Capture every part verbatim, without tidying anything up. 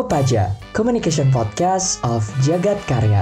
Kopaja, Communication Podcast of Jagat Karya.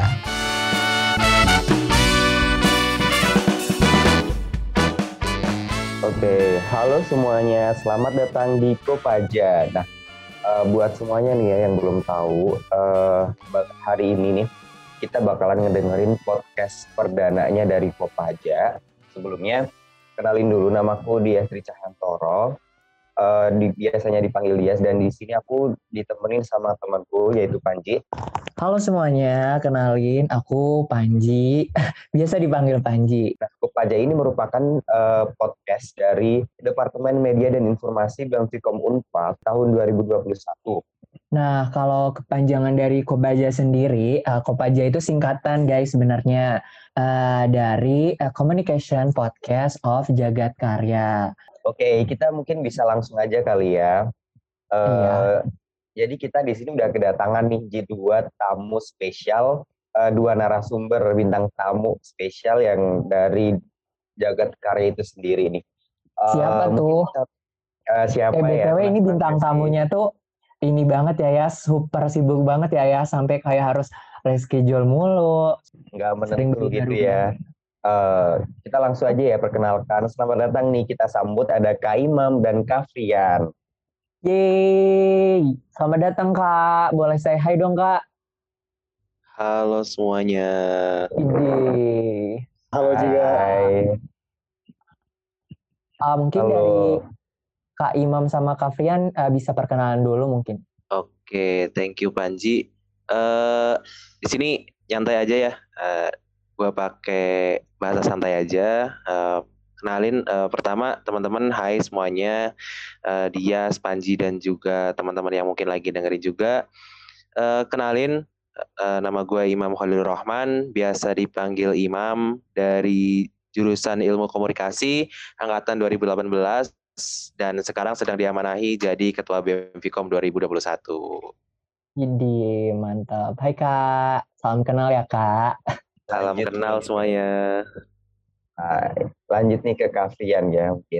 Oke, halo semuanya, selamat datang di Kopaja. Nah, uh, buat semuanya nih ya yang belum tahu, uh, hari ini nih kita bakalan ngedengerin podcast perdananya dari Kopaja. Sebelumnya, kenalin dulu, namaku Dias Tri Cahyantoro. Uh, di, biasanya dipanggil Dias, dan di sini aku ditemenin sama temanku yaitu Panji. Halo semuanya, kenalin aku Panji, biasa dipanggil Panji. Nah, Kopaja ini merupakan uh, podcast dari Departemen Media dan Informasi Bemfikom Unpad tahun dua ribu dua puluh satu. Nah, kalau kepanjangan dari Kopaja sendiri, uh, Kopaja itu singkatan guys sebenarnya uh, dari uh, Communication Podcast of Jagat Karya. Oke, kita mungkin bisa langsung aja kali ya. Uh, iya. Jadi kita di sini udah kedatangan nih dua tamu spesial, uh, dua narasumber bintang tamu spesial yang dari Jagat Karya itu sendiri nih. Uh, siapa tuh? Kita, uh, siapa eh, ya? B T W ini bintang tamunya tuh ini banget ya ya, super sibuk banget ya ya, sampai kayak harus reschedule mulu. Nggak menentu gitu ya. Uh, kita langsung aja ya perkenalkan. Selamat datang nih, kita sambut ada Kak Imam dan Kak Frian. Yeay, selamat datang Kak. Boleh say hi dong Kak? Halo semuanya. Ide. Halo juga. Uh, mungkin Halo. Dari Kak Imam sama Kak Frian uh, bisa perkenalan dulu mungkin. Oke, okay, thank you Panji. Uh, di sini nyantai aja ya. Uh, gua pakai bahasa santai aja. Uh, kenalin uh, pertama teman-teman, hai semuanya. Uh, Dias, Panji dan juga teman-teman yang mungkin lagi dengerin juga. Uh, kenalin uh, nama gue Imam Khalilur Rahman, biasa dipanggil Imam, dari jurusan Ilmu Komunikasi angkatan dua ribu delapan belas dan sekarang sedang diamanahi jadi Ketua Bemfikom dua ribu dua puluh satu. Jadi mantap. Hai Kak, salam kenal ya Kak. Salam lanjut kenal nih. Semuanya. Hai. Lanjut nih ke Kak Frian ya mungkin.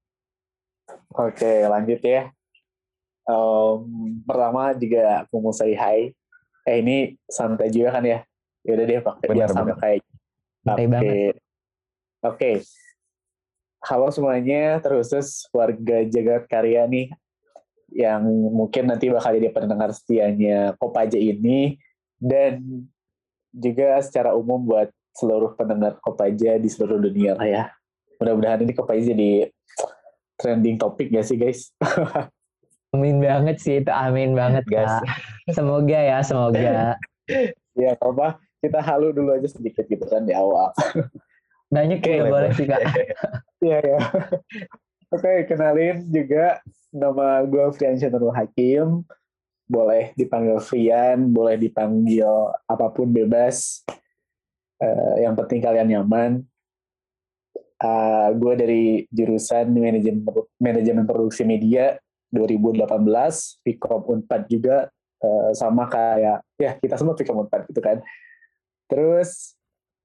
Oke, lanjut ya. Um, pertama juga aku mau say hi. Eh ini santai juga kan ya? Yaudah deh pakai dia sama kayak. Santai banget. Oke. Halo semuanya, terkhusus warga Jagat Karya nih yang mungkin nanti bakal jadi pendengar setianya Kopaja ini, dan juga secara umum buat seluruh pendengar Kopaja di seluruh dunia lah ya. Mudah-mudahan ini Kopaja jadi trending topik gak sih guys? Amin banget sih itu, amin banget guys. Semoga ya, semoga. Ya apa, kita halu dulu aja sedikit gitu kan di awal. Banyak juga boleh sih Kak. Iya ya. Oke, kenalin juga nama gue Frian Nurul Hakim. Boleh dipanggil Frian, boleh dipanggil apapun bebas. Uh, yang penting kalian nyaman. Uh, gue dari jurusan manajemen manajemen produksi media dua ribu delapan belas, Vkom Unpad juga, uh, sama kayak ya kita semua Vkom Unpad gitu kan. Terus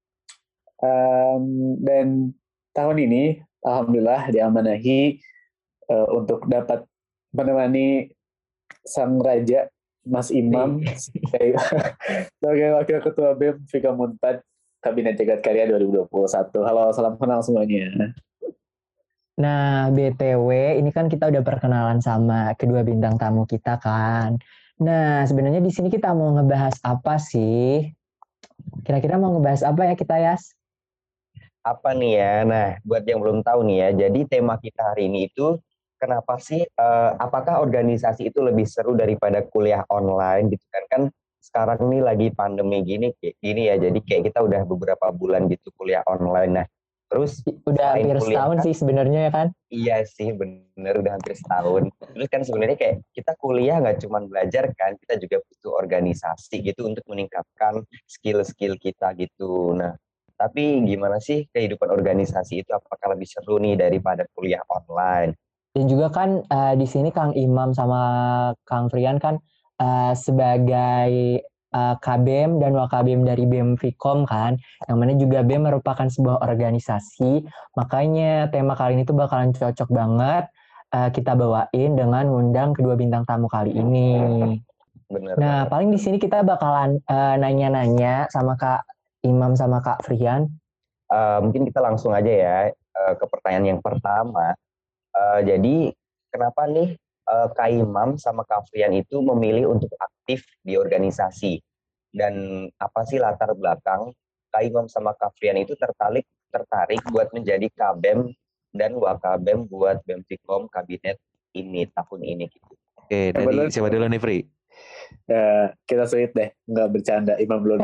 um, dan tahun ini alhamdulillah diamanahi uh, untuk dapat menemani sang raja Mas Imam sebagai wakil ketua B E M Vkom Unpad Kabinet Jagat Karya dua ribu dua puluh satu. Halo, salam kenal semuanya. Nah, B T W ini kan kita udah perkenalan sama kedua bintang tamu kita kan. Nah, sebenarnya di sini kita mau ngebahas apa sih? Kira-kira mau ngebahas apa ya kita, Yas? Apa nih ya? Nah, buat yang belum tahu nih ya, jadi tema kita hari ini itu kenapa sih, uh, apakah organisasi itu lebih seru daripada kuliah online gitu kan? Kan sekarang ini lagi pandemi gini, gini ya, jadi kayak kita udah beberapa bulan gitu kuliah online. Nah, terus udah hampir setahun kan, sih sebenarnya ya kan? Iya sih, bener udah hampir setahun. Terus kan sebenarnya kayak kita kuliah nggak cuma belajar kan, kita juga butuh organisasi gitu untuk meningkatkan skill-skill kita gitu. Nah, tapi gimana sih kehidupan organisasi itu? Apakah lebih seru nih daripada kuliah online? Dan juga kan uh, di sini Kang Imam sama Kang Frian kan uh, sebagai uh, K B M dan Wakabim dari Bemfikom kan, yang mana juga B E M merupakan sebuah organisasi. Makanya tema kali ini tuh bakalan cocok banget uh, kita bawain dengan ngundang kedua bintang tamu kali ini. Bener Nah, banget. paling di sini kita bakalan uh, nanya-nanya sama Kak Imam sama Kak Frian. Uh, mungkin kita langsung aja ya uh, ke pertanyaan yang pertama. Uh, jadi kenapa nih uh, Kak Imam sama Kak Frian itu memilih untuk aktif di organisasi? Dan apa sih latar belakang Kak Imam sama Kak Frian itu tertarik tertarik buat menjadi Kabem dan Wakabem buat Bemfikom Kabinet ini tahun ini gitu. Oke, Siapa dulu? dari siapa dulu nih, Fri? Ya, kita sweet deh, nggak bercanda, Imam dulu.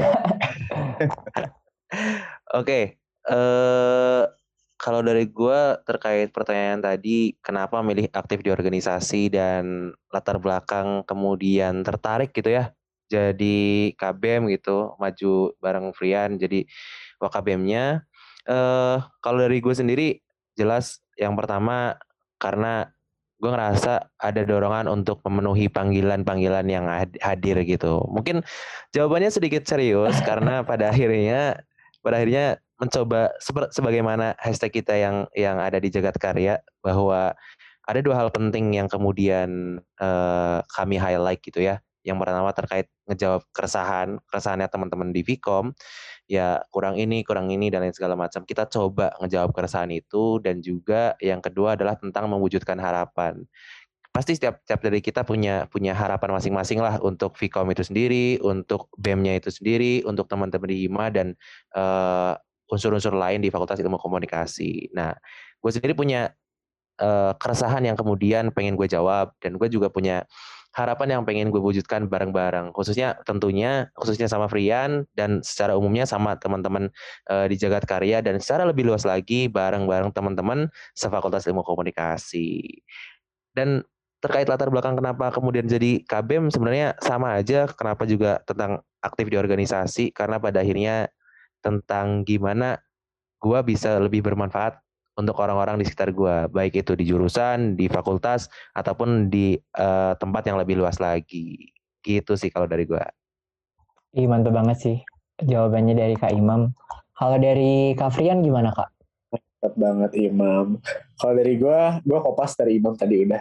Oke, eh kalau dari gue terkait pertanyaan tadi, kenapa milih aktif di organisasi dan latar belakang kemudian tertarik gitu ya, jadi Kabem gitu, maju bareng Frian jadi Wakabemnya. Eh kalau dari gue sendiri, jelas yang pertama karena gue ngerasa ada dorongan untuk memenuhi panggilan-panggilan yang hadir gitu. Mungkin jawabannya sedikit serius karena pada akhirnya pada akhirnya mencoba sebagaimana hashtag kita yang yang ada di Jagat Karya, bahwa ada dua hal penting yang kemudian uh, kami highlight gitu ya. Yang pertama terkait ngejawab keresahan, keresahannya teman-teman di Vkom, ya kurang ini, kurang ini, dan lain segala macam. Kita coba ngejawab keresahan itu, dan juga yang kedua adalah tentang mewujudkan harapan. Pasti setiap, setiap dari kita punya punya harapan masing-masing lah untuk Vkom itu sendiri, untuk B E M-nya itu sendiri, untuk teman-teman di Hima, dan uh, unsur-unsur lain di Fakultas Ilmu Komunikasi. Nah, gue sendiri punya uh, keresahan yang kemudian pengen gue jawab, dan gue juga punya harapan yang pengen gue wujudkan bareng-bareng, khususnya tentunya khususnya sama Frian, dan secara umumnya sama teman-teman uh, di Jagat Karya, dan secara lebih luas lagi bareng-bareng teman-teman sefakultas Ilmu Komunikasi. Dan terkait latar belakang kenapa kemudian jadi Kabem, sebenarnya sama aja, kenapa juga tentang aktif di organisasi, karena pada akhirnya tentang gimana gue bisa lebih bermanfaat untuk orang-orang di sekitar gue, baik itu di jurusan, di fakultas, ataupun di uh, tempat yang lebih luas lagi. Gitu sih kalau dari gue. Ih, mantap banget sih jawabannya dari Kak Imam. Kalau dari Kak Frian gimana, Kak? Mantap banget, Imam. Kalau dari gue, gue kopas dari Imam tadi udah.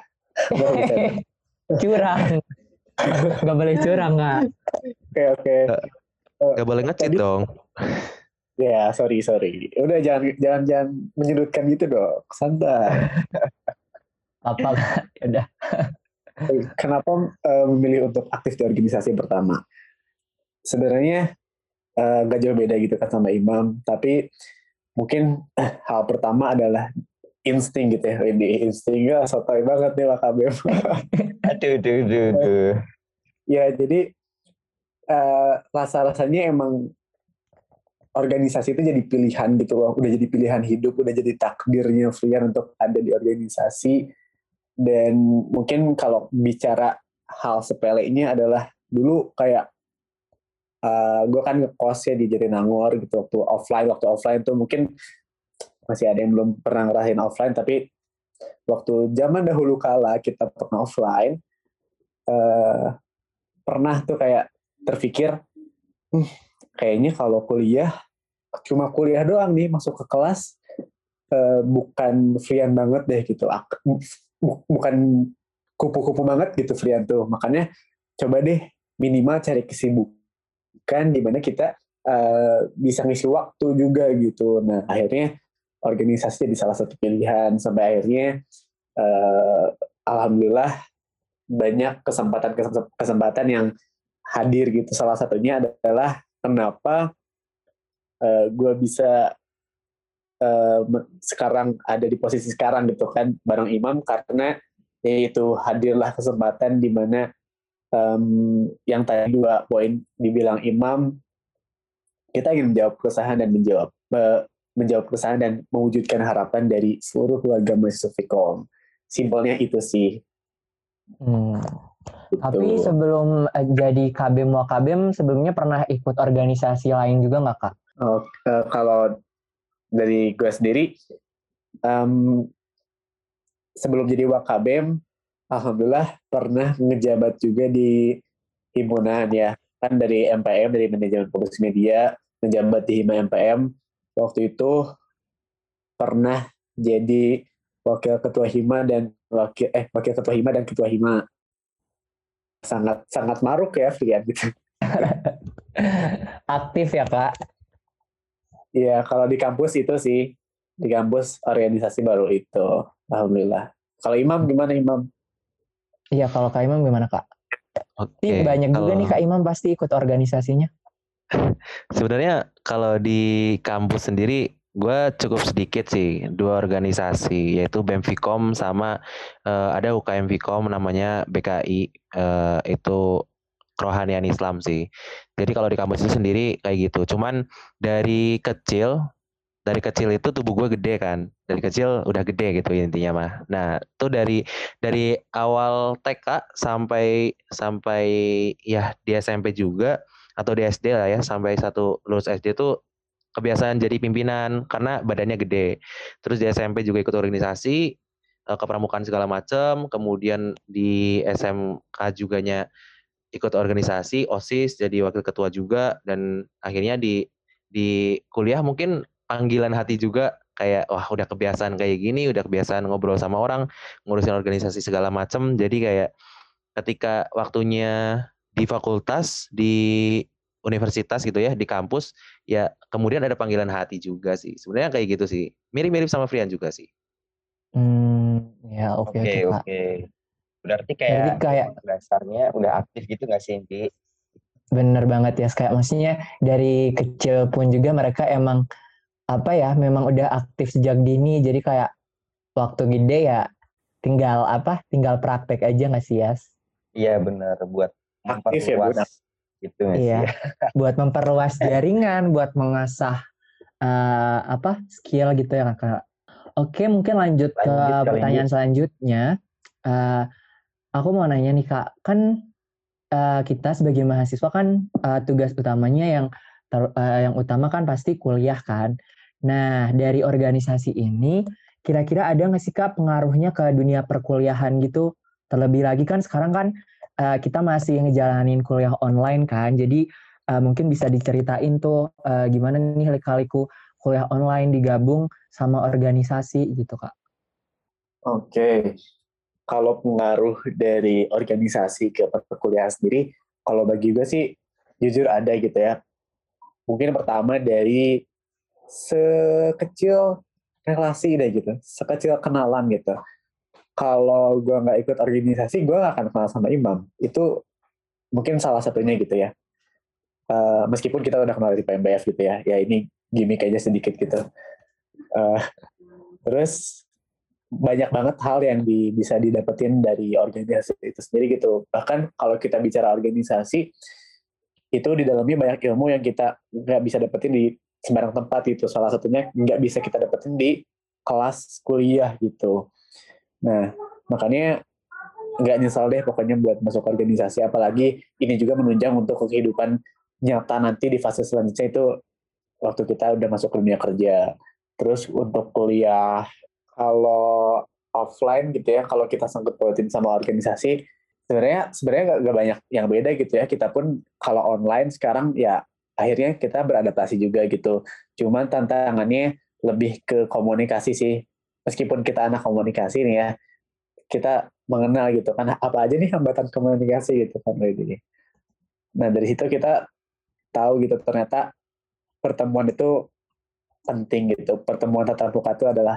Curang. Gak boleh curang, Kak. Oke, oke. Uh, Gak boleh nge-cheat dong. Ya, sorry, sorry. Udah, jangan jangan jangan menyudutkan gitu dong. Santai. Apa, Kak? Udah. Kenapa uh, memilih untuk aktif di organisasi pertama? Sebenarnya uh, gak jauh beda gitu kan sama Imam, tapi mungkin uh, hal pertama adalah insting gitu ya. Ini instingnya sotoy banget nih Wakabem. aduh, aduh, aduh, aduh. Ya, jadi uh, rasa-rasanya emang organisasi itu jadi pilihan gitu loh, udah jadi pilihan hidup, udah jadi takdirnya Frian untuk ada di organisasi. Dan mungkin kalau bicara hal sepelenya adalah dulu kayak uh, gue kan ngekos ya di Jatinangor gitu waktu offline, waktu offline tuh mungkin masih ada yang belum pernah ngerasain offline, tapi waktu zaman dahulu kala kita pernah offline, uh, pernah tuh kayak terpikir, hm, kayaknya kalau kuliah cuma kuliah doang nih, masuk ke kelas uh, bukan Frian banget deh gitu, bukan kupu-kupu banget gitu Frian tuh. Makanya coba deh minimal cari kesibukan di mana kita uh, bisa ngisi waktu juga gitu. Nah akhirnya organisasi jadi salah satu pilihan, sampai akhirnya uh, alhamdulillah banyak kesempatan-kesempatan yang hadir gitu. Salah satunya adalah kenapa uh, gue bisa uh, sekarang ada di posisi sekarang gitu kan bareng Imam, karena yaitu hadirlah kesempatan di mana um, yang tadi dua poin dibilang Imam, kita ingin menjawab keresahan dan menjawab uh, menjawab keresahan dan mewujudkan harapan dari seluruh keluarga mahasiswa Vkom. Simpelnya itu sih. Hmm. Tapi sebelum uh, jadi Kabem Wakabem, sebelumnya pernah ikut organisasi lain juga nggak, Kak? Oh, uh, kalau dari gue sendiri, um, sebelum jadi Wakabem, alhamdulillah pernah ngejabat juga di himpunan ya. Kan dari M P M, dari Manajemen Komunikasi Media, ngejabat di Hima M P M. Waktu itu pernah jadi wakil ketua Hima dan wakil eh wakil ketua Hima dan ketua Hima. sangat sangat maruk ya Frian gitu. Aktif ya Kak? Iya, kalau di kampus itu sih, di kampus organisasi baru itu, alhamdulillah. Kalau Imam gimana Imam? Iya, kalau Kak Imam gimana Kak? Ini Oke, banyak juga nih kalau Kak Imam pasti ikut organisasinya. sebenarnya kalau di kampus sendiri gue cukup sedikit sih, dua organisasi yaitu BEM Vkom sama eh, ada U K M Vkom namanya B K I, eh, itu kerohanian Islam sih. Jadi kalau di kampus itu sendiri kayak gitu. Cuman dari kecil, dari kecil itu tubuh gue gede kan. Dari kecil udah gede gitu intinya mah. Nah, itu dari dari awal T K sampai sampai ya di S M P juga atau di S D lah ya, sampai satu lulus S D tuh kebiasaan jadi pimpinan karena badannya gede. Terus di S M P juga ikut organisasi, eh, kepramukaan segala macam, kemudian di S M K juganya ikut organisasi OSIS jadi wakil ketua juga, dan akhirnya di di kuliah mungkin panggilan hati juga kayak wah udah kebiasaan kayak gini, udah kebiasaan ngobrol sama orang, ngurusin organisasi segala macem, jadi kayak ketika waktunya di fakultas, di universitas gitu ya, di kampus ya, kemudian ada panggilan hati juga sih sebenarnya kayak gitu sih, mirip-mirip sama Frian juga sih. Hmm, ya oke Oke oke Kak. oke. Berarti Berarti kayak kayak emang dasarnya udah aktif gitu nggak sih Inti? bener banget ya, kayak maksudnya dari kecil pun juga mereka emang apa ya, memang udah aktif sejak dini. Jadi kayak waktu gede ya tinggal apa, tinggal praktek aja nggak sih Yas? Iya benar, buat Aktif ya Bun. memperluas gitu nggak sih Iya, ya? buat memperluas jaringan, buat mengasah eh, apa skill gitu ya Kak. Oke, mungkin lanjut ke Lanjut kali ini. pertanyaan selanjutnya. Eh, aku mau nanya nih Kak, kan eh, kita sebagai mahasiswa kan eh, tugas utamanya yang ter- eh, yang utama kan pasti kuliah kan. Nah, dari organisasi ini kira-kira ada nggak sih Kak pengaruhnya ke dunia perkuliahan gitu? Terlebih lagi kan sekarang kan eh, kita masih ngejalanin kuliah online kan. Jadi eh, mungkin bisa diceritain tuh eh, gimana nih lika-liku kuliah online digabung sama organisasi gitu Kak. Oke, kalau pengaruh dari organisasi ke perkuliahan sendiri, kalau bagi gue sih jujur ada gitu ya. Mungkin pertama dari sekecil relasi deh gitu, sekecil kenalan gitu. Kalau gue nggak ikut organisasi, gue nggak akan kenal sama Imam. Itu mungkin salah satunya gitu ya. Uh, meskipun kita udah kenal dari P M B F gitu ya, ya ini gimmick aja sedikit gitu. Uh, terus banyak banget hal yang di, bisa didapetin dari organisasi itu sendiri gitu. Bahkan kalau kita bicara organisasi, itu di dalamnya banyak ilmu yang kita nggak bisa dapetin di sembarang tempat gitu. Salah satunya nggak bisa kita dapetin di kelas kuliah gitu. Nah, makanya nggak nyesal deh pokoknya buat masuk organisasi. Apalagi ini juga menunjang untuk kehidupan nyata nanti di fase selanjutnya itu waktu kita udah masuk ke dunia kerja. Terus untuk kuliah, kalau offline gitu ya, kalau kita sangkut pautin sama organisasi, sebenarnya sebenarnya nggak banyak yang beda gitu ya. Kita pun kalau online sekarang ya akhirnya kita beradaptasi juga gitu. Cuman tantangannya lebih ke komunikasi sih. Meskipun kita anak komunikasi nih ya, kita mengenal gitu kan apa aja nih hambatan komunikasi gitu kan ini. Nah dari situ kita tahu gitu ternyata pertemuan itu penting gitu. Pertemuan tatap muka itu adalah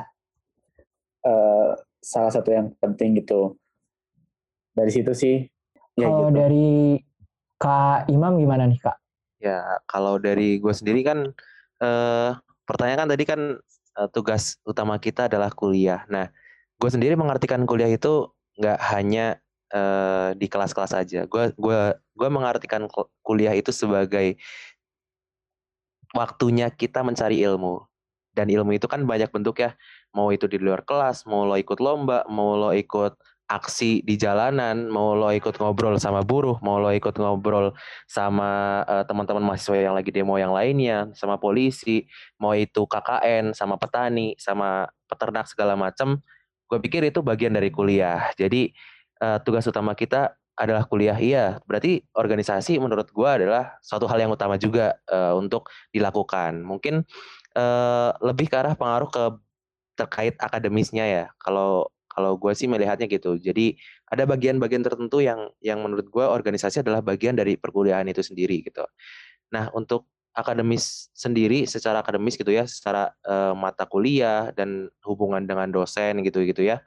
uh, salah satu yang penting gitu. Dari situ sih ya Kalau gitu. dari Kak Imam gimana nih Kak? Ya, kalau dari gue sendiri kan, eh, pertanyaan kan tadi kan eh, tugas utama kita adalah kuliah. Nah, gue sendiri mengartikan kuliah itu nggak hanya eh, di kelas-kelas aja. Gue gua gue mengartikan kuliah itu sebagai waktunya kita mencari ilmu. Dan ilmu itu kan banyak bentuk ya. Mau itu di luar kelas, mau lo ikut lomba, mau lo ikut aksi di jalanan, mau lo ikut ngobrol sama buruh, mau lo ikut ngobrol sama uh, teman-teman mahasiswa yang lagi demo yang lainnya, sama polisi, mau itu K K N, sama petani, sama peternak segala macam. Gue pikir itu bagian dari kuliah. Jadi uh, tugas utama kita adalah kuliah, iya. Berarti organisasi menurut gue adalah suatu hal yang utama juga uh, untuk dilakukan. Mungkin uh, lebih ke arah pengaruh ke terkait akademisnya ya. Kalau Kalau gue sih melihatnya gitu. Jadi ada bagian-bagian tertentu yang yang menurut gue organisasi adalah bagian dari perkuliahan itu sendiri gitu. Nah, untuk akademis sendiri, secara akademis gitu ya, secara uh, mata kuliah dan hubungan dengan dosen gitu-gitu ya,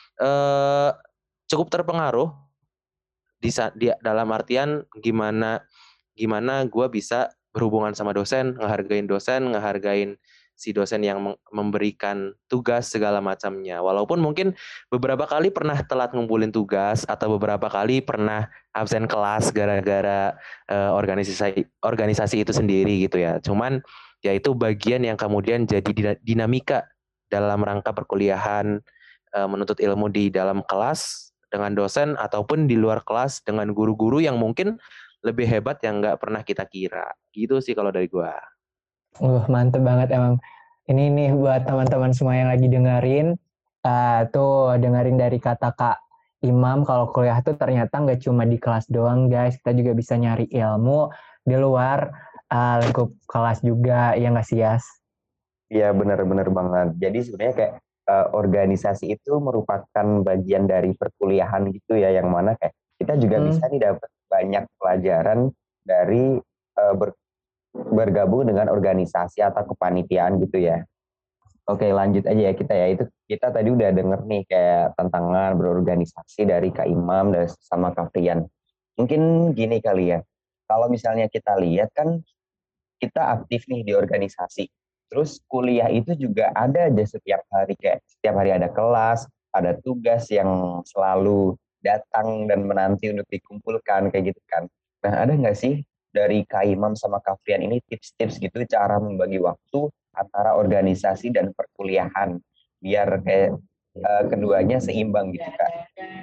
uh, cukup terpengaruh di, di dalam artian gimana gimana gue bisa berhubungan sama dosen, ngehargain dosen, ngehargain si dosen yang memberikan tugas segala macamnya. Walaupun mungkin beberapa kali pernah telat ngumpulin tugas atau beberapa kali pernah absen kelas gara-gara uh, organisasi organisasi itu sendiri gitu ya. Cuman ya itu bagian yang kemudian jadi dinamika dalam rangka perkuliahan, uh, menuntut ilmu di dalam kelas dengan dosen ataupun di luar kelas dengan guru-guru yang mungkin lebih hebat yang nggak pernah kita kira. Gitu sih kalau dari gua. Uh, mantep banget emang. Ini nih buat teman-teman semua yang lagi dengerin, uh, tuh dengerin dari kata Kak Imam, kalau kuliah tuh ternyata nggak cuma di kelas doang guys, kita juga bisa nyari ilmu di luar uh, lingkup kelas juga, ya nggak sih Yas? Iya benar-benar banget. Jadi sebenarnya kayak uh, organisasi itu merupakan bagian dari perkuliahan gitu ya, yang mana kayak kita juga hmm. bisa nih dapat banyak pelajaran dari uh, ber, bergabung dengan organisasi atau kepanitiaan gitu ya. Oke lanjut aja ya kita ya, itu kita tadi udah denger nih kayak tantangan berorganisasi dari Kak Imam dan sama Kak Frian. Mungkin gini kali ya, kalau misalnya kita lihat kan kita aktif nih di organisasi, terus kuliah itu juga ada aja setiap hari, kayak setiap hari ada kelas, ada tugas yang selalu datang dan menanti untuk dikumpulkan kayak gitu kan. Nah ada nggak sih dari Kak Imam sama Kak Frian ini tips-tips gitu cara membagi waktu antara organisasi dan perkuliahan biar kayak uh, keduanya seimbang gitu Kak?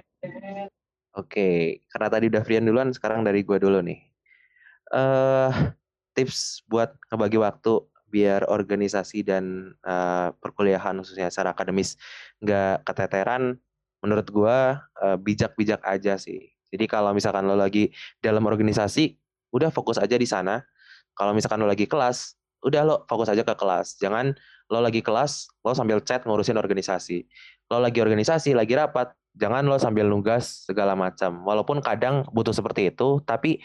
Oke, karena tadi udah Frian duluan, sekarang dari gue dulu nih. Uh, tips buat ngebagi waktu biar organisasi dan uh, perkuliahan khususnya secara akademis nggak keteteran, menurut gue uh, bijak-bijak aja sih. Jadi kalau misalkan lo lagi dalam organisasi, udah fokus aja di sana. Kalau misalkan lo lagi kelas, udah lo fokus aja ke kelas. Jangan lo lagi kelas, lo sambil chat ngurusin organisasi. Lo lagi organisasi, lagi rapat, jangan lo sambil nugas segala macam. Walaupun kadang butuh seperti itu, tapi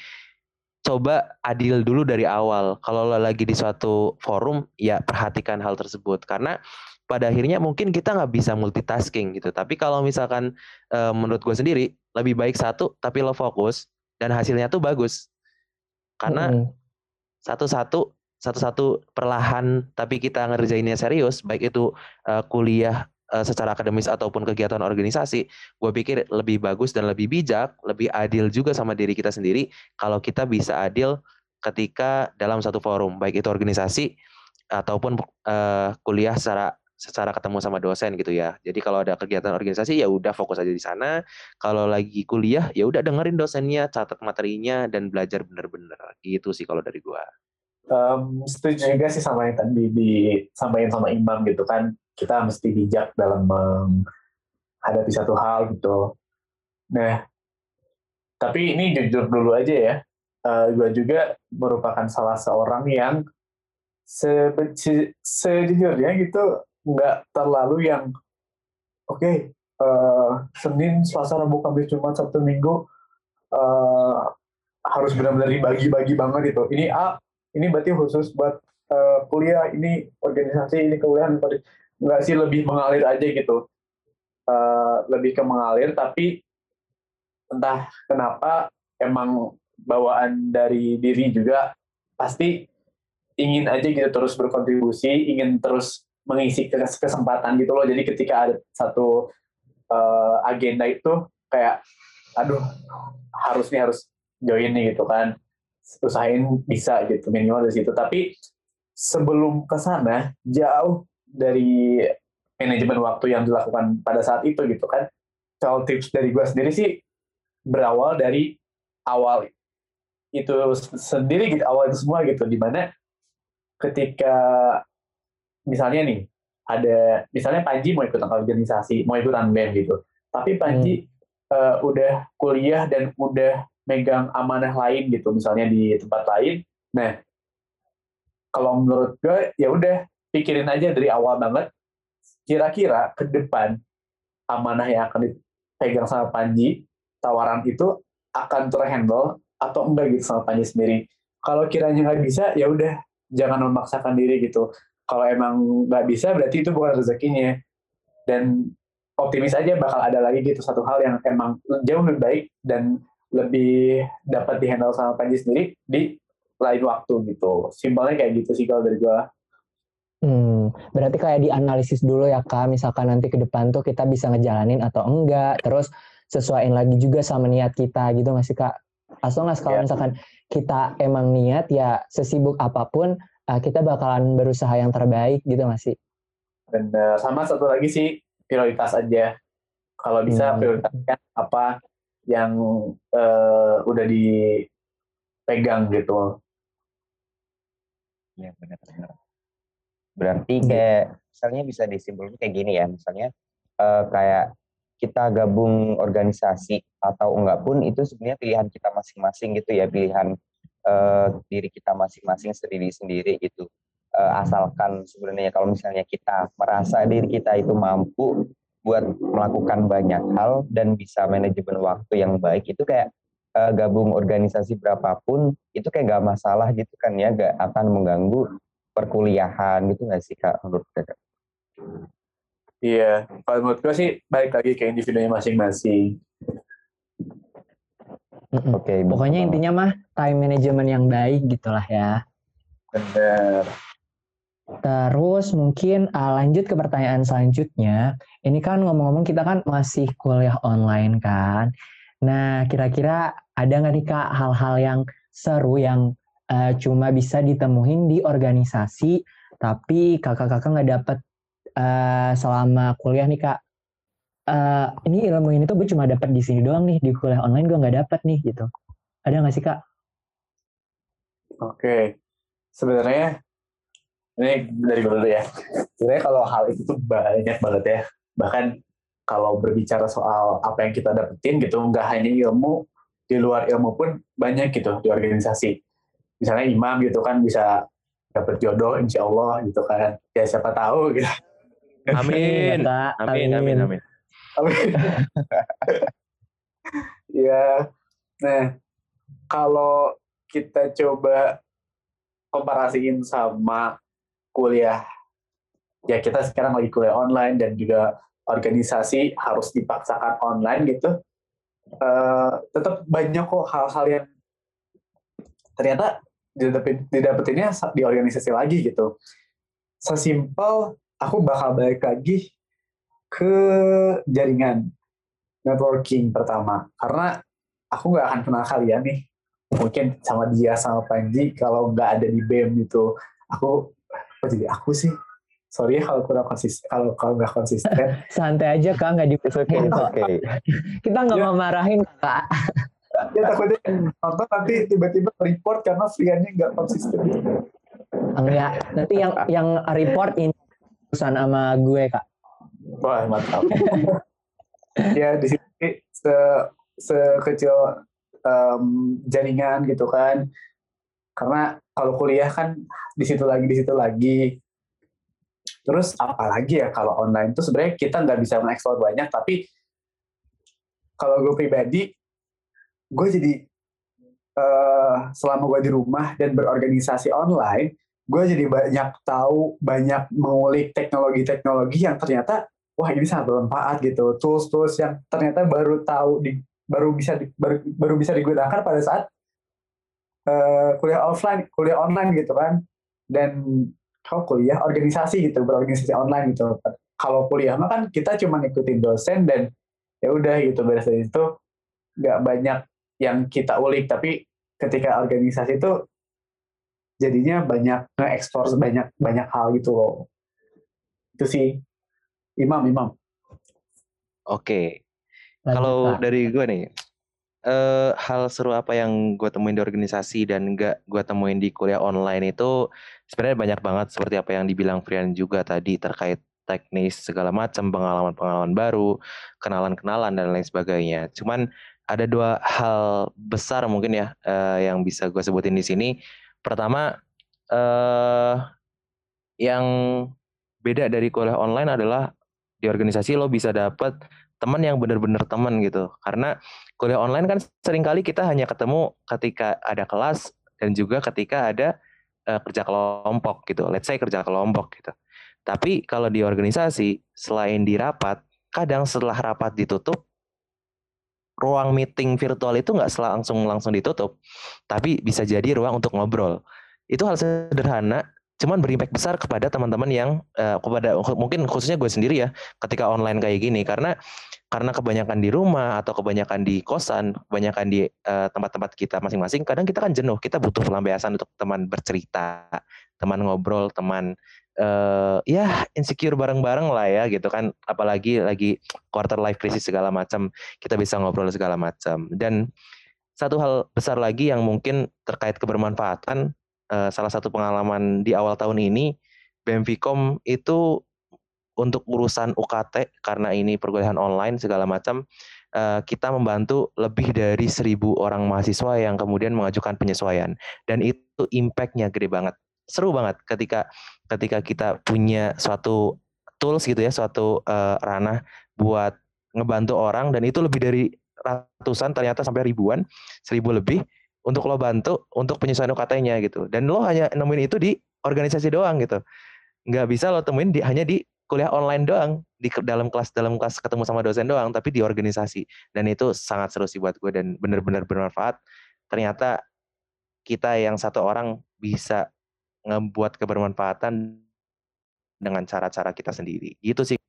coba adil dulu dari awal. Kalau lo lagi di suatu forum, ya perhatikan hal tersebut. Karena pada akhirnya mungkin kita nggak bisa multitasking gitu. Tapi kalau misalkan e, menurut gue sendiri, lebih baik satu, tapi lo fokus, dan hasilnya tuh bagus. Karena mm-hmm. satu-satu, satu-satu perlahan, tapi kita ngerjainnya serius, baik itu uh, kuliah uh, secara akademis ataupun kegiatan organisasi, gue pikir lebih bagus dan lebih bijak, lebih adil juga sama diri kita sendiri, kalau kita bisa adil ketika dalam satu forum, baik itu organisasi ataupun uh, kuliah secara secara ketemu sama dosen gitu ya. Jadi kalau ada kegiatan organisasi ya udah fokus aja di sana. Kalau lagi kuliah ya udah dengerin dosennya, catat materinya dan belajar bener-bener. Gitu sih kalau dari gua. Um, setuju juga sih sama yang tadi disampaikan sama Imam gitu kan. Kita mesti bijak dalam menghadapi satu hal gitu. Nah, tapi ini jujur dulu aja ya. Uh, gua juga merupakan salah seorang yang se- se- sejujurnya gitu nggak terlalu yang oke okay, uh, Senin, Selasa, Rabu, Kamis, Jumat, Sabtu, Minggu uh, harus benar-benar dibagi-bagi banget gitu. Ini A, ini berarti khusus buat uh, kuliah, ini organisasi, ini kuliah, nggak sih, lebih mengalir aja gitu. Uh, lebih ke mengalir, tapi entah kenapa emang bawaan dari diri juga pasti ingin aja gitu terus berkontribusi, ingin terus mengisi kesempatan gitu loh. Jadi ketika ada satu uh, agenda itu kayak aduh harus nih harus join nih gitu kan, usahain bisa gitu minimal dari situ. Tapi sebelum ke sana jauh dari manajemen waktu yang dilakukan pada saat itu gitu kan. Kalau tips dari gue sendiri sih berawal dari awal itu sendiri gitu, awal itu semua gitu, dimana ketika misalnya nih ada misalnya Panji mau ikut organisasi, mau ikutan B E M gitu, tapi Panji hmm. uh, udah kuliah dan udah megang amanah lain gitu, misalnya di tempat lain. Nah, kalau menurut gue ya udah pikirin aja dari awal banget, kira-kira ke depan amanah yang akan dipegang sama Panji, tawaran itu akan terhandle atau enggak gitu sama Panji sendiri. Kalau kiranya nggak bisa, ya udah jangan memaksakan diri gitu. Kalau emang nggak bisa, berarti itu bukan rezekinya. Dan optimis aja bakal ada lagi gitu satu hal yang emang jauh lebih baik dan lebih dapat dihandle sama Panji sendiri di lain waktu gitu. Simpelnya kayak gitu sih kalau dari gua. Hmm, berarti kayak dianalisis dulu ya Kak, misalkan nanti ke depan tuh kita bisa ngejalanin atau enggak, terus sesuaiin lagi juga sama niat kita gitu nggak sih Kak? As long as kalau Ya. misalkan kita emang niat ya sesibuk apapun, uh, kita bakalan berusaha yang terbaik gitu nggak sih? Dan uh, sama satu lagi sih, prioritas aja. Kalau bisa Hmm. prioritaskan apa yang uh, udah dipegang gitu. Ya benar-benar. Berarti kayak misalnya bisa disimpulkan kayak gini ya, misalnya uh, kayak kita gabung organisasi atau enggak pun itu sebenarnya pilihan kita masing-masing gitu ya, pilihan uh, diri kita masing-masing sendiri-sendiri gitu. Uh, asalkan sebenarnya kalau misalnya kita merasa diri kita itu mampu buat melakukan banyak hal dan bisa manajemen waktu yang baik, itu kayak uh, gabung organisasi berapapun itu kayak gak masalah gitu kan ya, gak akan mengganggu perkuliahan gitu nggak sih Kak menurut Kakak? Iya, kalau menurut gue sih balik lagi ke individunya masing-masing. Mm-mm. Oke, Pokoknya betul. intinya mah time management yang baik gitulah ya. Benar. Terus mungkin uh, lanjut ke pertanyaan selanjutnya. Ini kan ngomong-ngomong kita kan masih kuliah online kan. Nah kira-kira ada nggak nih Kak hal-hal yang seru yang uh, cuma bisa ditemuin di organisasi, tapi kakak-kakak nggak dapet uh, selama kuliah nih Kak? Uh, ini ilmu ini tuh gue cuma dapet di sini doang nih, di kuliah online gue nggak dapet nih gitu. Ada nggak sih Kak? Oke, sebenarnya ini dari gue dulu ya. Sebenarnya kalau hal itu tuh banyak banget ya. Bahkan kalau berbicara soal apa yang kita dapetin gitu, nggak hanya ilmu, di luar ilmu pun banyak gitu di organisasi. Misalnya imam gitu kan bisa dapet jodoh insya Allah gitu kan. Ya siapa tahu gitu. Amin. Ya, Kak. Amin, amin, amin. Ya, nah kalau kita coba komparasiin sama kuliah, ya kita sekarang lagi kuliah online dan juga organisasi harus dipaksakan online gitu, uh, tetap banyak kok hal-hal yang ternyata didapetin, didapetinnya di organisasi lagi gitu. Sesimpel aku bakal balik lagi ke jaringan networking pertama, karena aku nggak akan kenal kalian nih mungkin sama dia sama Panji kalau nggak ada di B E M itu. Aku apa jadi aku sih, sorry ya kalau kurang konsisten, kalau kalau nggak konsisten. Santai aja Kak, nggak dimarahin kok. Okay. Kita nggak Ya. mau marahin Kak. Ya takutnya nonton nanti tiba-tiba report karena Friannya nggak konsisten. Enggak, nanti yang yang report ini urusan sama gue Kak. Wah mantap. Ya di sini se sekecil um, jaringan gitu kan, karena kalau kuliah kan di situ lagi di situ lagi. Terus apalagi ya kalau online tuh sebenarnya kita nggak bisa mengeksplor banyak, tapi kalau gue pribadi, gue jadi uh, selama gue di rumah dan berorganisasi online, gue jadi banyak tahu, banyak mengulik teknologi-teknologi yang ternyata wah ini sangat bermanfaat gitu, tools-tools yang ternyata baru tahu di, baru bisa di, baru, baru bisa digunakan pada saat uh, kuliah offline, kuliah online gitu kan. Dan kalau kuliah organisasi gitu, berorganisasi online gitu. Kalau kuliah mah kan kita cuma ngikutin dosen dan ya udah gitu, beres dari itu nggak banyak yang kita ulik. Tapi ketika organisasi itu jadinya banyak nge-explore banyak banyak hal gitu loh. Itu sih. Imam, Imam. Oke. Lanjut, Kalau Kak. dari gue nih, eh, hal seru apa yang gue temuin di organisasi dan nggak gue temuin di kuliah online itu sebenarnya banyak banget, seperti apa yang dibilang Frian juga tadi terkait teknis segala macam, pengalaman-pengalaman baru, kenalan-kenalan dan lain sebagainya. Cuman ada dua hal besar mungkin ya eh, yang bisa gue sebutin di sini. Pertama, eh, yang beda dari kuliah online adalah Di organisasi lo bisa dapat teman yang benar-benar teman gitu. Karena kuliah online kan seringkali kita hanya ketemu ketika ada kelas dan juga ketika ada uh, kerja kelompok gitu. Let's say kerja kelompok gitu. Tapi kalau di organisasi, selain di rapat, kadang setelah rapat ditutup, ruang meeting virtual itu nggak langsung langsung ditutup, tapi bisa jadi ruang untuk ngobrol. Itu hal sederhana, cuman berimpact besar kepada teman-teman yang uh, kepada mungkin khususnya gue sendiri ya, ketika online kayak gini, karena karena kebanyakan di rumah atau kebanyakan di kosan, kebanyakan di uh, tempat-tempat kita masing-masing, kadang kita kan jenuh, kita butuh pelampiasan untuk teman bercerita, teman ngobrol, teman uh, ya insecure bareng-bareng lah ya gitu kan, apalagi lagi quarter life crisis segala macam, kita bisa ngobrol segala macam. Dan satu hal besar lagi yang mungkin terkait kebermanfaatan, uh, salah satu pengalaman di awal tahun ini, B M Vkom itu untuk urusan U K T, karena ini perkuliahan online segala macam, uh, kita membantu lebih dari seribu orang mahasiswa yang kemudian mengajukan penyesuaian, dan itu impact-nya gede banget. Seru banget ketika ketika kita punya suatu tools gitu ya, suatu uh, ranah buat ngebantu orang, dan itu lebih dari ratusan, ternyata sampai ribuan, seribu lebih untuk lo bantu untuk penyesuaian U K T-nya gitu. Dan lo hanya nemuin itu di organisasi doang gitu. Nggak bisa lo temuin di, hanya di kuliah online doang, di dalam kelas dalam kelas ketemu sama dosen doang, tapi di organisasi. Dan itu sangat seru sih buat gue dan benar-benar bermanfaat. Ternyata kita yang satu orang bisa ngebuat kebermanfaatan dengan cara-cara kita sendiri. Gitu sih.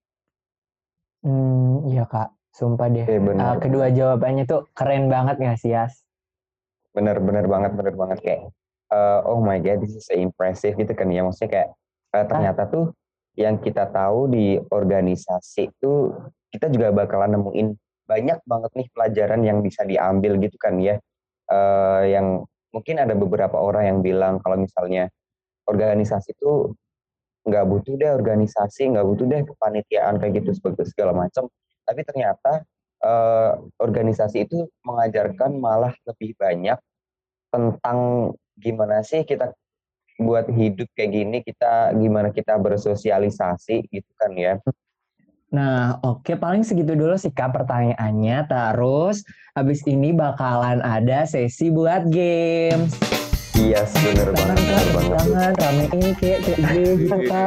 Hmm, iya Kak, sumpah deh. Oke, benar, uh, kedua benar. jawabannya tuh keren banget nggak sih Yas? Bener-bener banget, bener banget kayak uh, oh my god, this is so impressive gitu kan ya. Maksudnya kayak uh, ternyata tuh yang kita tahu di organisasi itu kita juga bakalan nemuin banyak banget nih pelajaran yang bisa diambil gitu kan ya. Uh, yang mungkin ada beberapa orang yang bilang kalau misalnya organisasi itu nggak butuh deh organisasi, nggak butuh deh kepanitiaan kayak gitu segala macam. Tapi ternyata uh, organisasi itu mengajarkan malah lebih banyak tentang gimana sih kita buat hidup kayak gini, kita gimana kita bersosialisasi gitu kan ya. Nah, oke, okay, paling segitu dulu sih Kak pertanyaannya. Terus habis ini bakalan ada sesi buat games. Iya, yes, bener banget, bener banget. Jangan rame ini kayak kayak gitu Kak.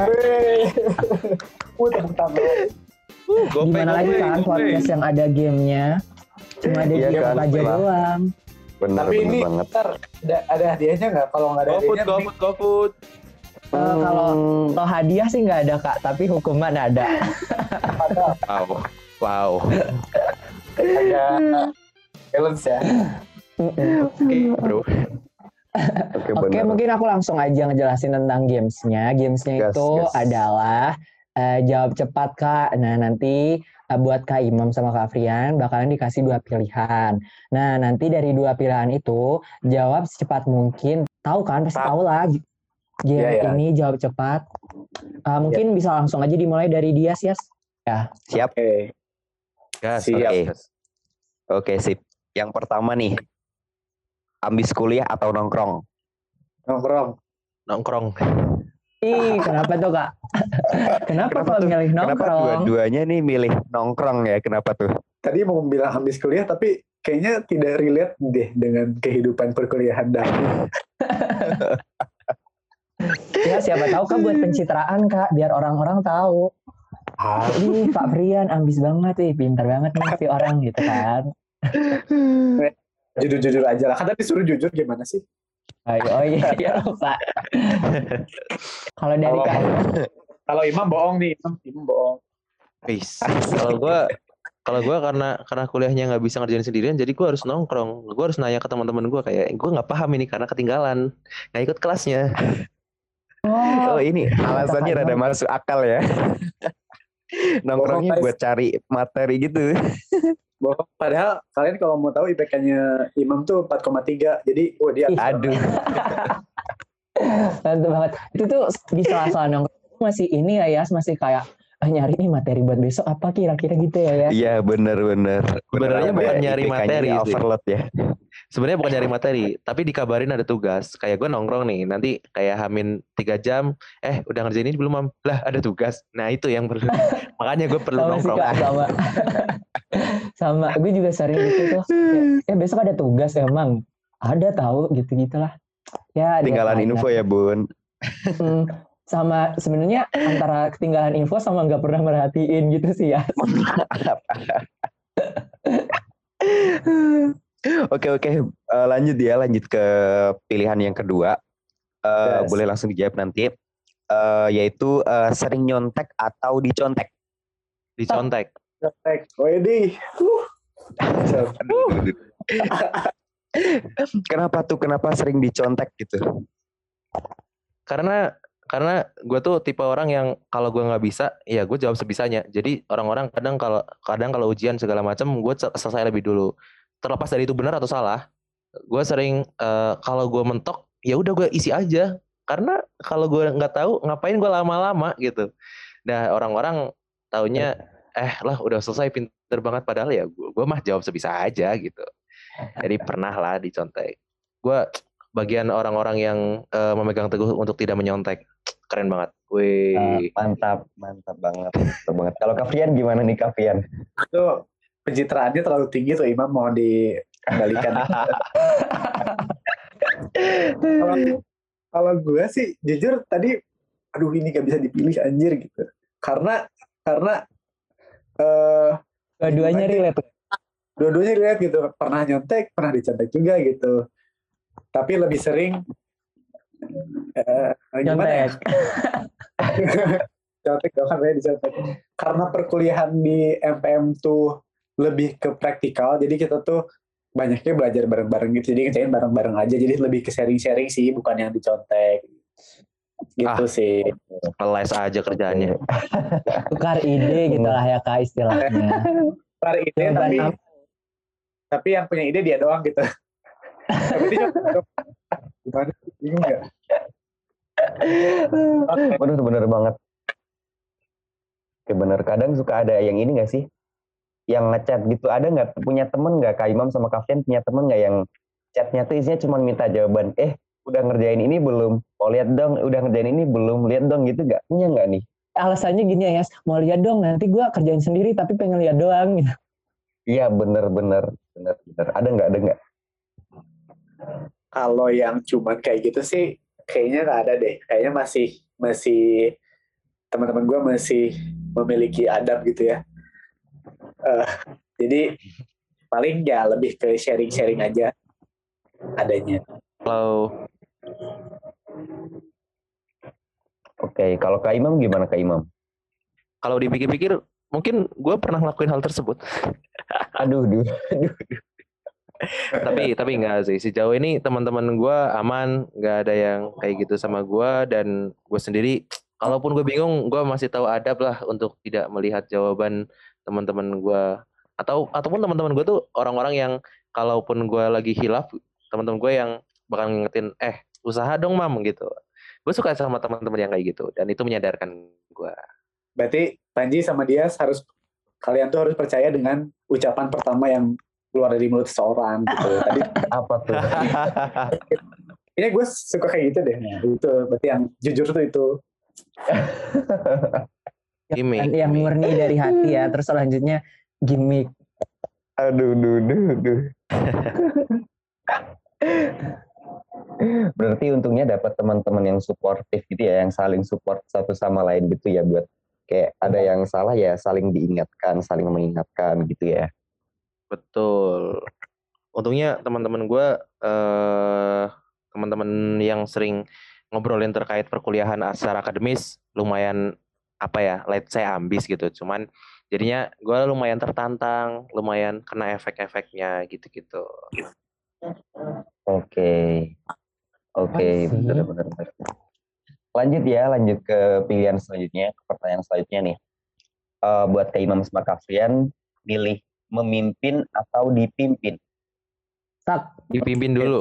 Uh, tepuk tangan. Gimana lagi kan podcast yang ada gamenya? Cuma ada iya game kan, aja doang. Bener, Tapi bener ini banget. ntar ada, ada hadiahnya nggak? Kalau nggak ada GoFood, hadiahnya, GoFood, GoFood. Uh, hmm. Kalau kalau hadiah sih nggak ada Kak, tapi hukuman ada. ada. Wow, wow. Ada balance ya. Oke, okay, bro. Oke, okay, okay, mungkin aku langsung aja ngejelasin tentang gamesnya. Gamesnya yes, itu yes. adalah uh, jawab cepat Kak. Nah nanti uh, buat Kak Imam sama Kak Frian bakalan dikasih dua pilihan. Nah nanti dari dua pilihan itu jawab secepat mungkin. Tahu kan? Pasti tahu lah. Game yeah, yeah. ini jawab cepat. Uh, mungkin yeah. bisa langsung aja dimulai dari Dias ya. Ya. Siap. Oke. Okay. Yes, Siap. Oke, okay. okay, sip. Yang pertama nih. Ambis kuliah atau nongkrong? Nongkrong. Nongkrong. Ih, kenapa tuh Kak? kenapa kalau milih nongkrong? Kenapa dua-duanya nih milih nongkrong ya? Kenapa tuh? Tadi mau bilang ambis kuliah tapi kayaknya tidak relate deh dengan kehidupan perkuliahan dahulu. Ya siapa tahu Kak buat pencitraan Kak, biar orang-orang tahu. Ah. Ih, Pak Frian ambis banget nih, pintar banget nih si orang gitu kan. Jujur-jujur aja lah. Kan tadi suruh jujur gimana sih? Oh, oh iya, iya Pak. Kalau dari Kak kalau Imam bohong nih, Imam, Imam bohong. Bis. Kalau gue kalau gue karena karena kuliahnya nggak bisa ngerjain sendirian, jadi gue harus nongkrong. Gue harus nanya ke teman-teman gue kayak, gue nggak paham ini karena ketinggalan, nggak ikut kelasnya. Oh, oh ini alasannya rada masuk akal ya. Nongkrongnya buat cari materi gitu. Bohong. Padahal kalian kalau mau tahu I P K-nya Imam tuh empat koma tiga. Jadi, oh dia. Aduh. Mantap banget. Itu tuh di salah-salah nongkrong masih ini ya, Yas, masih kayak ah, nyari nih materi buat besok apa kira-kira gitu ya ya. Iya bener-bener. Sebenarnya bukan nyari materi sih. Overload ya. Sebenarnya bukan nyari materi, tapi dikabarin ada tugas. Kayak gue nongkrong nih, nanti kayak hamin tiga jam, eh udah ngerjain ini belum mam? Lah ada tugas. Nah itu yang perlu. Makanya gue perlu Sama sih nongkrong. Kak, sama. Sama, gue juga sering gitu tuh. Ya, ya besok ada tugas emang. Ada tahu gitu-gitulah. Ya, Tinggalan dia info ya Bun. Hmm, sama sebenarnya antara ketinggalan info sama nggak pernah merhatiin gitu sih ya. Oke oke uh, lanjut ya lanjut ke pilihan yang kedua. Uh, Yes. Boleh langsung dijawab nanti. Uh, yaitu uh, sering nyontek atau dicontek. Dicontek. Contek. Wedi. Kenapa tuh? Kenapa sering dicontek gitu? Karena karena gue tuh tipe orang yang kalau gue nggak bisa, ya gue jawab sebisanya. Jadi orang-orang kadang kalau kadang kalau ujian segala macam, gue selesai lebih dulu. Terlepas dari itu benar atau salah, gue sering uh, kalau gue mentok, ya udah gue isi aja. Karena kalau gue nggak tahu, ngapain gue lama-lama gitu. Nah orang-orang taunya, eh lah udah selesai pinter banget, padahal ya gue, gue mah jawab sebisa aja gitu. Jadi pernah lah dicontek. Gue bagian orang-orang yang uh, memegang teguh untuk tidak menyontek. Keren banget. Wih. Uh, mantap, mantap banget. Mantap banget. Kalau Kavian gimana nih Kavian? Itu pencitraannya terlalu tinggi tuh Imam, mau dikembalikan. Kalau kalau gue sih jujur tadi, aduh ini gak bisa dipilih anjir gitu. Karena karena uh, Dua-duanya relate. Dua-duanya relate gitu. Pernah nyontek, pernah dicontek juga gitu. Tapi lebih sering uh, gimana ya? Contek dong kan dicontek. Karena perkuliahan di M P M tuh lebih ke praktikal, jadi kita tuh banyaknya belajar bareng-bareng gitu, jadi ngerjain bareng-bareng aja, jadi lebih ke sharing-sharing sih, bukan yang dicontek gitu ah, sih. Les aja kerjaannya. Tukar ide gitu lah ya Kak istilahnya. Tukar ide Ya, tapi kan? tapi yang punya ide dia doang gitu. Tapi dia gimana? Bingung nggak? Bener-bener banget. Oke bener. Kadang suka ada yang ini nggak sih? Yang ngechat gitu. Ada nggak punya temen nggak Kak Imam sama Kavian punya temen nggak yang chatnya tuh isinya cuma minta jawaban. Eh udah ngerjain ini belum? Oh lihat dong. Udah ngerjain ini belum? Lihat dong gitu nggak? Punya nggak nih? Alasannya gini ya, mau lihat dong. Nanti gue kerjain sendiri tapi pengen lihat doang. Gitu. Iya bener-bener. Bener-bener. Ada nggak? Ada nggak? Kalau yang cuma kayak gitu sih kayaknya nggak ada deh. Kayaknya masih masih teman-teman gue masih memiliki adab gitu ya. Uh, jadi paling ya lebih ke sharing-sharing aja adanya. Kalau Oke, kalau Kak Imam gimana Kak Imam? Kalau dipikir-pikir, mungkin gue pernah ngelakuin hal tersebut. aduh, aduh, aduh. tapi tapi enggak sih. Sejauh ini teman-teman gue aman, nggak ada yang kayak gitu sama gue, dan gue sendiri, kalaupun gue bingung, gue masih tahu adab lah untuk tidak melihat jawaban teman-teman gue, atau ataupun teman-teman gue tuh orang-orang yang kalaupun gue lagi hilaf, teman-teman gue yang bakal ngingetin, eh usaha dong mam gitu. Gue suka sama teman-teman yang kayak gitu, dan itu menyadarkan gue. Berarti Panji sama dia harus, kalian tuh harus percaya dengan ucapan pertama yang keluar dari mulut seseorang gitu. Tadi apa tuh? Ini gue suka kayak gitu deh. Nah, itu berarti yang jujur tuh itu. Gimik. Yang murni dari hati ya. Terus selanjutnya gimmick. Aduh, duh, duh, duh. Berarti untungnya dapat teman-teman yang suportif gitu ya, yang saling support satu sama lain gitu ya, buat kayak ada yang salah ya saling diingatkan, saling mengingatkan gitu ya. Betul. Untungnya teman-teman gue, eh, teman-teman yang sering ngobrolin terkait perkuliahan secara akademis lumayan apa ya, let's say ambis gitu. Cuman jadinya gue lumayan tertantang, lumayan kena efek-efeknya gitu-gitu. Oke, oke, benar-benar. Lanjut ya, lanjut ke pilihan selanjutnya, ke pertanyaan selanjutnya nih. Uh, buat Kak Imam sama Kavian, milih memimpin atau dipimpin? Tak. Dipimpin dulu.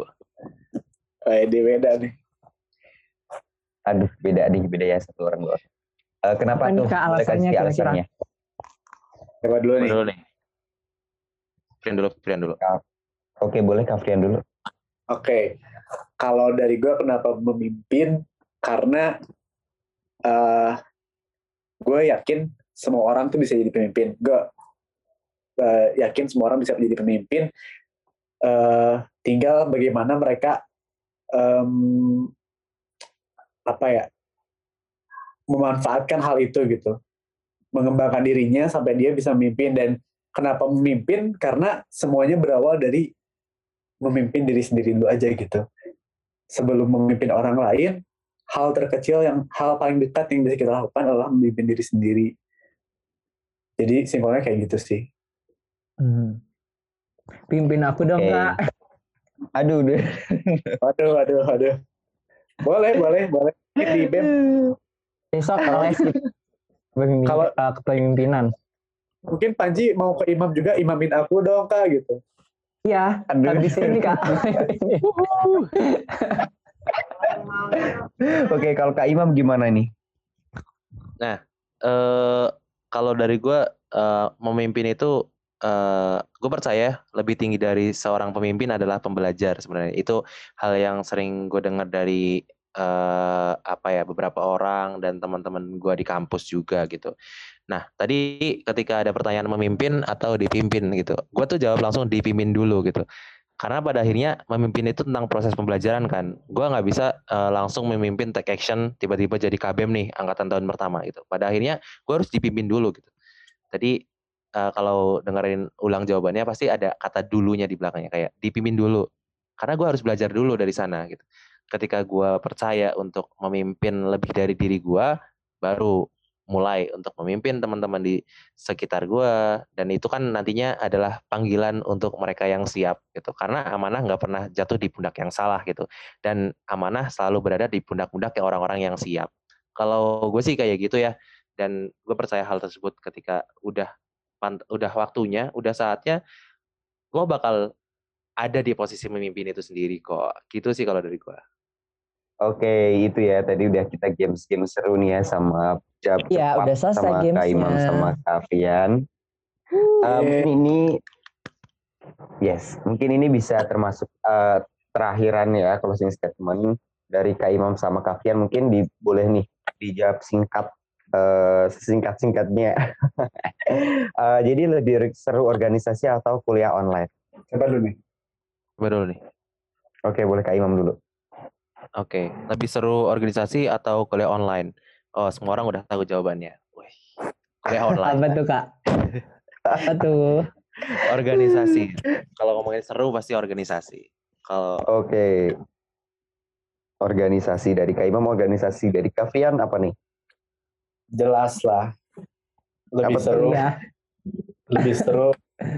Eh, di beda nih. Aduh, beda nih, beda ya satu orang dua. Uh, kenapa Apa nih, tuh? Kak, Boleh alasannya kasih kira-kira? alasannya. Coba dulu nih. Dulu nih. Frian dulu, Frian dulu. Oke, boleh Kak Frian dulu. Oke, kalau dari gue kenapa memimpin? Karena uh, gue yakin semua orang tuh bisa jadi pemimpin. Gue uh, yakin semua orang bisa jadi pemimpin. Uh, tinggal bagaimana mereka um, apa ya memanfaatkan hal itu gitu, mengembangkan dirinya sampai dia bisa memimpin. Dan kenapa memimpin? Karena semuanya berawal dari memimpin diri sendiri dulu aja gitu. Sebelum memimpin orang lain, hal terkecil yang hal paling dekat yang bisa kita lakukan adalah memimpin diri sendiri. Jadi simpelnya kayak gitu sih. Hmm. Pimpin aku dong, Oke. Kak. Aduh, deh. Waduh, waduh, waduh. Boleh, boleh, boleh. Di B E M. Besok les kepemimpinan. Kalau uh, kepemimpinan. mungkin Panji mau ke imam juga, imamin aku dong, Kak, gitu. Iya, Aduh. habis ini, Kak. Oke, kalau Kak Imam gimana nih? Nah, eh, kalau dari gue eh, memimpin itu, eh, gue percaya lebih tinggi dari seorang pemimpin adalah pembelajar sebenarnya. Itu hal yang sering gue dengar dari eh, apa ya beberapa orang dan teman-teman gue di kampus juga gitu. Nah, tadi ketika ada pertanyaan memimpin atau dipimpin gitu, gue tuh jawab langsung dipimpin dulu gitu. Karena pada akhirnya memimpin itu tentang proses pembelajaran kan. Gue nggak bisa uh, langsung memimpin take action tiba-tiba jadi K B M nih angkatan tahun pertama gitu. Pada akhirnya gue harus dipimpin dulu gitu. Tadi uh, kalau dengerin ulang jawabannya pasti ada kata dulunya di belakangnya kayak dipimpin dulu. Karena gue harus belajar dulu dari sana gitu. Ketika gue percaya untuk memimpin lebih dari diri gue, baru mulai untuk memimpin teman-teman di sekitar gue, dan itu kan nantinya adalah panggilan untuk mereka yang siap gitu, karena amanah nggak pernah jatuh di pundak yang salah gitu, dan amanah selalu berada di pundak-pundak yang orang-orang yang siap. Kalau gue sih kayak gitu ya, dan gue percaya hal tersebut ketika udah udah waktunya, udah saatnya, gue bakal ada di posisi memimpin itu sendiri kok. Gitu sih kalau dari gue. Oke, itu ya tadi udah kita games-games seru nih ya sama jawab Iya, cepat udah selesai sama Kak Imam gamesnya. sama Kak Fian. Uh, mungkin ini, yes, mungkin ini bisa termasuk uh, terakhiran ya closing statement dari Kak Imam sama Kak Fian. Mungkin di, boleh nih dijawab singkat, uh, singkat-singkatnya. uh, jadi lebih seru organisasi atau kuliah online? Coba dulu nih. Coba dulu nih. Oke, boleh Kak Imam dulu. Oke, lebih seru organisasi atau kuliah online? Oh, semua orang udah tahu jawabannya. Wih, kuliah online. Apa tuh, Kak? Apa tuh? Organisasi. Kalau ngomongin seru pasti organisasi. Kalau Oke. Organisasi dari Kak Imam, organisasi dari Kak Fian apa nih? Jelas lah. Lebih Apa seru. Ya. Lebih seru.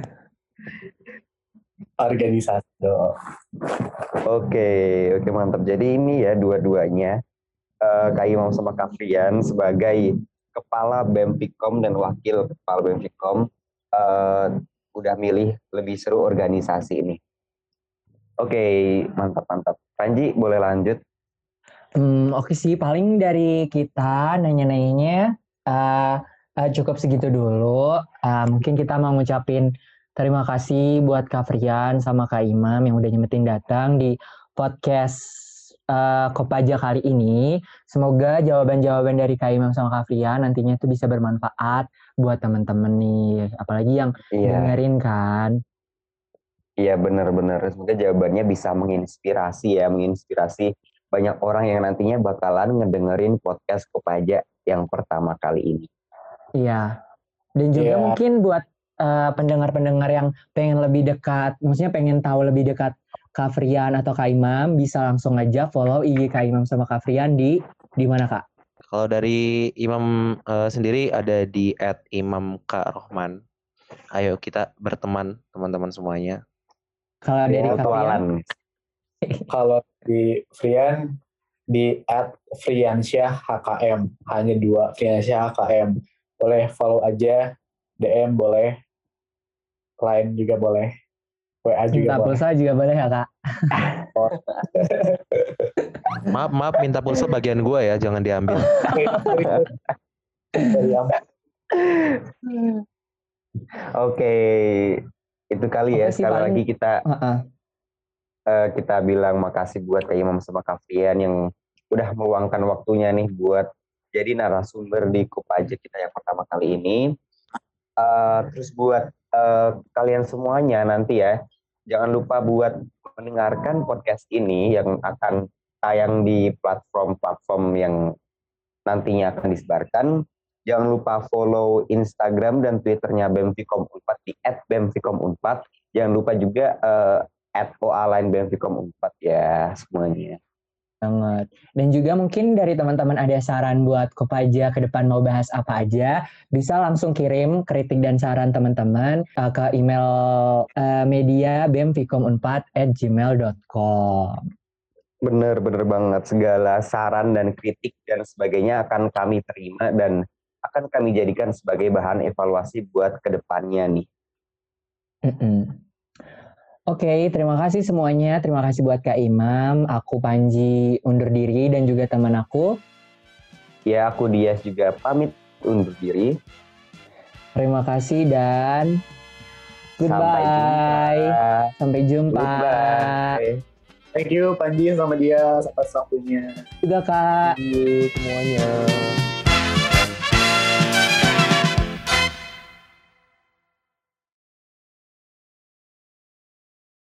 Organisasi dong. Oke, oke mantap. Jadi ini ya dua-duanya uh, Kak Imam sama Kak Fian sebagai kepala B E M Fikom dan wakil kepala B E M Fikom uh, udah milih lebih seru organisasi ini. Oke, mantap-mantap. Panji boleh lanjut? Hmm, Oke sih, paling dari kita nanya-nanyanya uh, uh, cukup segitu dulu. Uh, mungkin kita mau ngucapin terima kasih buat Kak Frian sama Kak Imam yang udah nyempetin datang di podcast uh, Kopaja kali ini. Semoga jawaban-jawaban dari Kak Imam sama Kak Frian nantinya itu bisa bermanfaat buat teman-teman nih. Apalagi yang Iya. dengerin kan. Iya benar-benar. Semoga jawabannya bisa menginspirasi ya, menginspirasi banyak orang yang nantinya bakalan ngedengerin podcast Kopaja yang pertama kali ini. Iya. Dan juga Iya. mungkin buat Uh, pendengar-pendengar yang pengen lebih dekat, maksudnya pengen tahu lebih dekat Kak Frian atau Kak Imam, bisa langsung aja follow I G Kak Imam sama Kak Frian di di mana, Kak? kalau dari Imam uh, sendiri ada di at imam k rohman. Ayo kita berteman teman-teman semuanya. Kalau dari Kak Frian? Kalau di Frian di at Friansyah H K M, hanya dua, Friansyah H K M. Boleh follow aja, D M boleh, line juga boleh, W A juga minta boleh. pulsa juga boleh ya, Kak? Maaf maaf minta pulsa bagian gue ya, jangan diambil. dari yang Oke, itu kali ya. Oke sih, Sekali paling- lagi kita Heeh. eh, kita bilang makasih buat Kak Imam sama Kak Frian yang udah meluangkan waktunya nih buat jadi narasumber di Kopaja kita yang pertama kali ini. Eh, terus buat eh, kalian semuanya nanti ya, jangan lupa buat mendengarkan podcast ini yang akan tayang di platform-platform yang nantinya akan disebarkan. Jangan lupa follow Instagram dan Twitternya B E M Vkom Unpad di et b e m vkom unpad. Jangan lupa juga uh, at oalain B E M Vkom Unpad ya semuanya. Banget. Dan juga mungkin dari teman-teman ada saran buat Kopaja ke depan mau bahas apa aja, bisa langsung kirim kritik dan saran teman-teman uh, ke email uh, media b e m vkom unpad at gmail dot com. Bener, bener banget. Segala saran dan kritik dan sebagainya akan kami terima dan akan kami jadikan sebagai bahan evaluasi buat kedepannya nih. Mm-mm. Oke, okay, terima kasih semuanya. Terima kasih buat Kak Imam. Aku Panji undur diri dan juga teman aku. Ya, aku Dias juga pamit undur diri. Terima kasih dan goodbye. Sampai jumpa. Goodbye. Thank you Panji sama dia atas waktunya. Juga Kak. Thank you semuanya.